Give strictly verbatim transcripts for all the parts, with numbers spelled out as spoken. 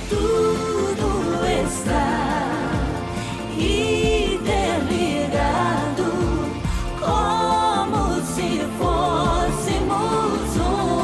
tudo está interligado, como se fôssemos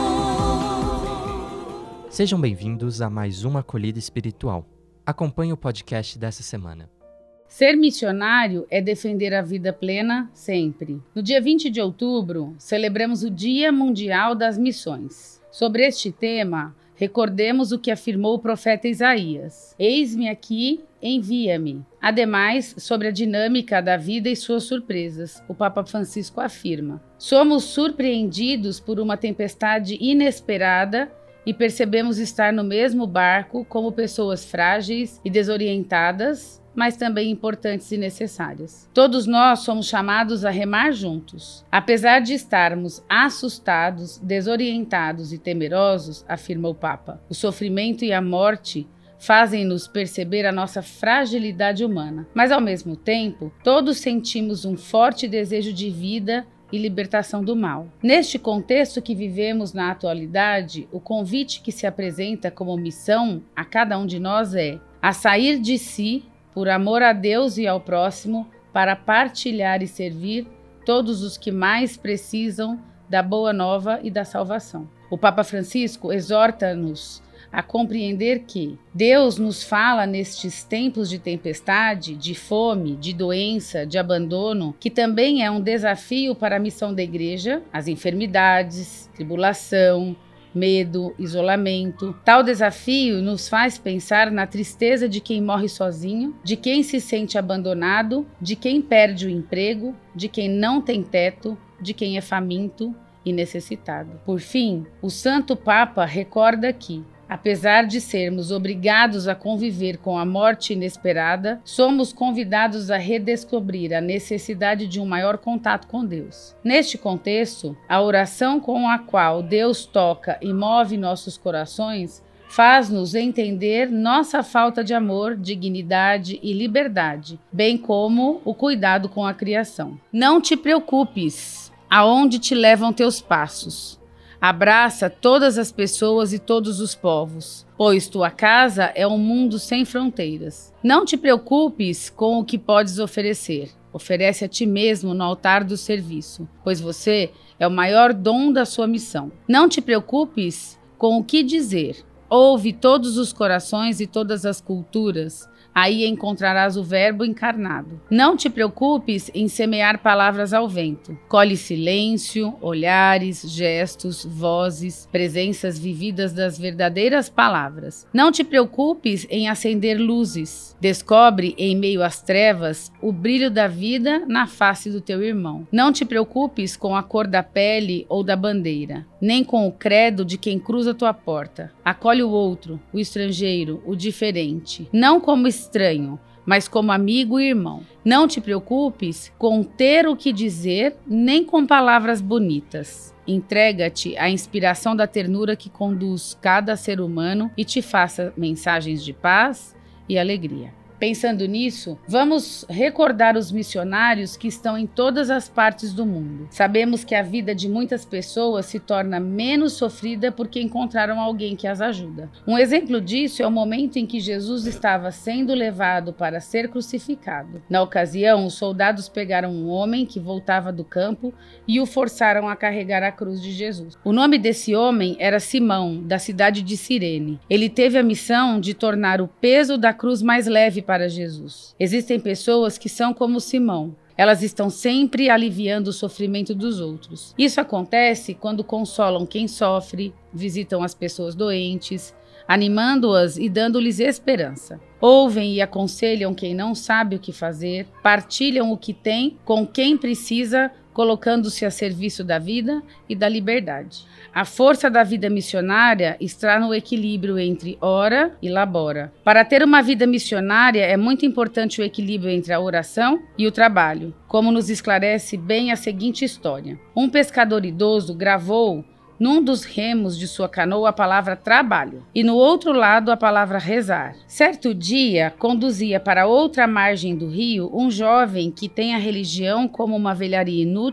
um. Sejam bem-vindos a mais uma acolhida espiritual. Acompanhe o podcast dessa semana. Ser missionário é defender a vida plena sempre. No dia vinte de outubro, celebramos o Dia Mundial das Missões. Sobre este tema, recordemos o que afirmou o profeta Isaías: Eis-me aqui, envia-me. Ademais, sobre a dinâmica da vida e suas surpresas, o Papa Francisco afirma: somos surpreendidos por uma tempestade inesperada e percebemos estar no mesmo barco como pessoas frágeis e desorientadas, mas também importantes e necessárias. Todos nós somos chamados a remar juntos. Apesar de estarmos assustados, desorientados e temerosos, afirma o Papa, o sofrimento e a morte fazem-nos perceber a nossa fragilidade humana. Mas, ao mesmo tempo, todos sentimos um forte desejo de vida e libertação do mal. Neste contexto que vivemos na atualidade, o convite que se apresenta como missão a cada um de nós é a sair de si, por amor a Deus e ao próximo, para partilhar e servir todos os que mais precisam da boa nova e da salvação. O Papa Francisco exorta-nos a compreender que Deus nos fala nestes tempos de tempestade, de fome, de doença, de abandono, que também é um desafio para a missão da Igreja, as enfermidades, tribulação, medo, isolamento. Tal desafio nos faz pensar na tristeza de quem morre sozinho, de quem se sente abandonado, de quem perde o emprego, de quem não tem teto, de quem é faminto e necessitado. Por fim, o Santo Papa recorda que, apesar de sermos obrigados a conviver com a morte inesperada, somos convidados a redescobrir a necessidade de um maior contato com Deus. Neste contexto, a oração com a qual Deus toca e move nossos corações faz-nos entender nossa falta de amor, dignidade e liberdade, bem como o cuidado com a criação. Não te preocupes aonde te levam teus passos. Abraça todas as pessoas e todos os povos, pois tua casa é um mundo sem fronteiras. Não te preocupes com o que podes oferecer. Oferece a ti mesmo no altar do serviço, pois você é o maior dom da sua missão. Não te preocupes com o que dizer. Ouve todos os corações e todas as culturas. Aí encontrarás o Verbo encarnado. Não te preocupes em semear palavras ao vento. Colhe silêncio, olhares, gestos, vozes, presenças vividas das verdadeiras palavras. Não te preocupes em acender luzes. Descobre em meio às trevas o brilho da vida na face do teu irmão. Não te preocupes com a cor da pele ou da bandeira, nem com o credo de quem cruza tua porta. Acolhe o outro, o estrangeiro, o diferente. Não como estranho, mas como amigo e irmão. Não te preocupes com ter o que dizer, nem com palavras bonitas. Entrega-te à inspiração da ternura que conduz cada ser humano e te faça mensagens de paz e alegria. Pensando nisso, vamos recordar os missionários que estão em todas as partes do mundo. Sabemos que a vida de muitas pessoas se torna menos sofrida porque encontraram alguém que as ajuda. Um exemplo disso é o momento em que Jesus estava sendo levado para ser crucificado. Na ocasião, os soldados pegaram um homem que voltava do campo e o forçaram a carregar a cruz de Jesus. O nome desse homem era Simão, da cidade de Cirene. Ele teve a missão de tornar o peso da cruz mais leve para para Jesus. Existem pessoas que são como Simão. Elas estão sempre aliviando o sofrimento dos outros. Isso acontece quando consolam quem sofre, visitam as pessoas doentes, animando-as e dando-lhes esperança. Ouvem e aconselham quem não sabe o que fazer, partilham o que tem com quem precisa, colocando-se a serviço da vida e da liberdade. A força da vida missionária está no equilíbrio entre ora e labora. Para ter uma vida missionária é muito importante o equilíbrio entre a oração e o trabalho, como nos esclarece bem a seguinte história. Um pescador idoso gravou num dos remos de sua canoa a palavra trabalho e no outro lado a palavra rezar. Certo dia, conduzia para outra margem do rio um jovem que tem a religião como uma velharia inútil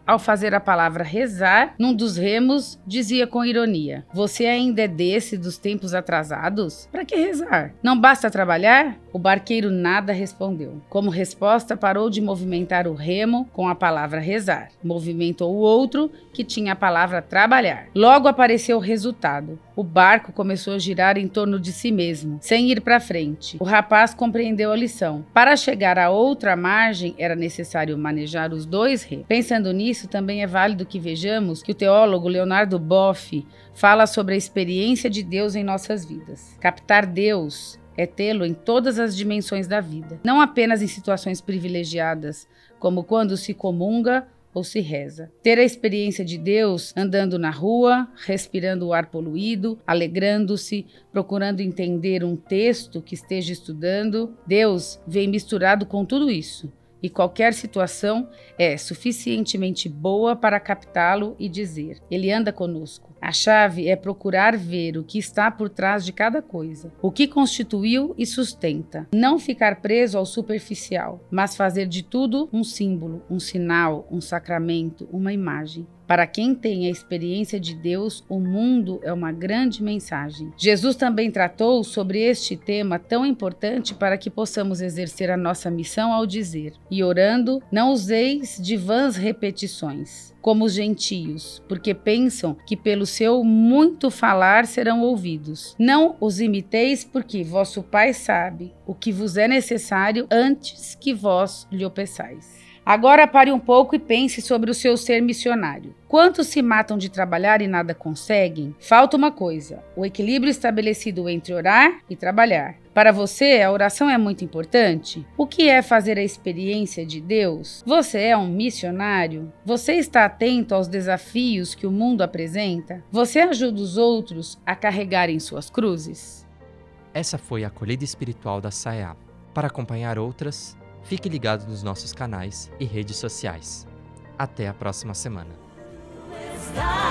ao fazer a palavra rezar, num dos remos, dizia com ironia: "Você ainda é desse dos tempos atrasados? Para que rezar? Não basta trabalhar?" O barqueiro nada respondeu. Como resposta, parou de movimentar o remo com a palavra rezar. Movimentou o outro, que tinha a palavra trabalhar. Logo apareceu o resultado. O barco começou a girar em torno de si mesmo, sem ir para frente. O rapaz compreendeu a lição. Para chegar à outra margem, era necessário manejar os dois remos. Pensando nisso, também é válido que vejamos que o teólogo Leonardo Boff fala sobre a experiência de Deus em nossas vidas. Captar Deus é tê-lo em todas as dimensões da vida, não apenas em situações privilegiadas, como quando se comunga ou se reza. Ter a experiência de Deus andando na rua, respirando o ar poluído, alegrando-se, procurando entender um texto que esteja estudando. Deus vem misturado com tudo isso. E qualquer situação é suficientemente boa para captá-lo e dizer: Ele anda conosco. A chave é procurar ver o que está por trás de cada coisa, o que constituiu e sustenta. Não ficar preso ao superficial, mas fazer de tudo um símbolo, um sinal, um sacramento, uma imagem. Para quem tem a experiência de Deus, o mundo é uma grande mensagem. Jesus também tratou sobre este tema tão importante para que possamos exercer a nossa missão ao dizer: e orando, não useis de vãs repetições, como os gentios, porque pensam que pelo seu muito falar serão ouvidos. Não os imiteis, porque vosso Pai sabe o que vos é necessário antes que vós lhe o peçais. Agora pare um pouco e pense sobre o seu ser missionário. Quantos se matam de trabalhar e nada conseguem? Falta uma coisa: o equilíbrio estabelecido entre orar e trabalhar. Para você, a oração é muito importante? O que é fazer a experiência de Deus? Você é um missionário? Você está atento aos desafios que o mundo apresenta? Você ajuda os outros a carregarem suas cruzes? Essa foi a Acolhida Espiritual da S A E A. Para acompanhar outras, fique ligado nos nossos canais e redes sociais. Até a próxima semana. Está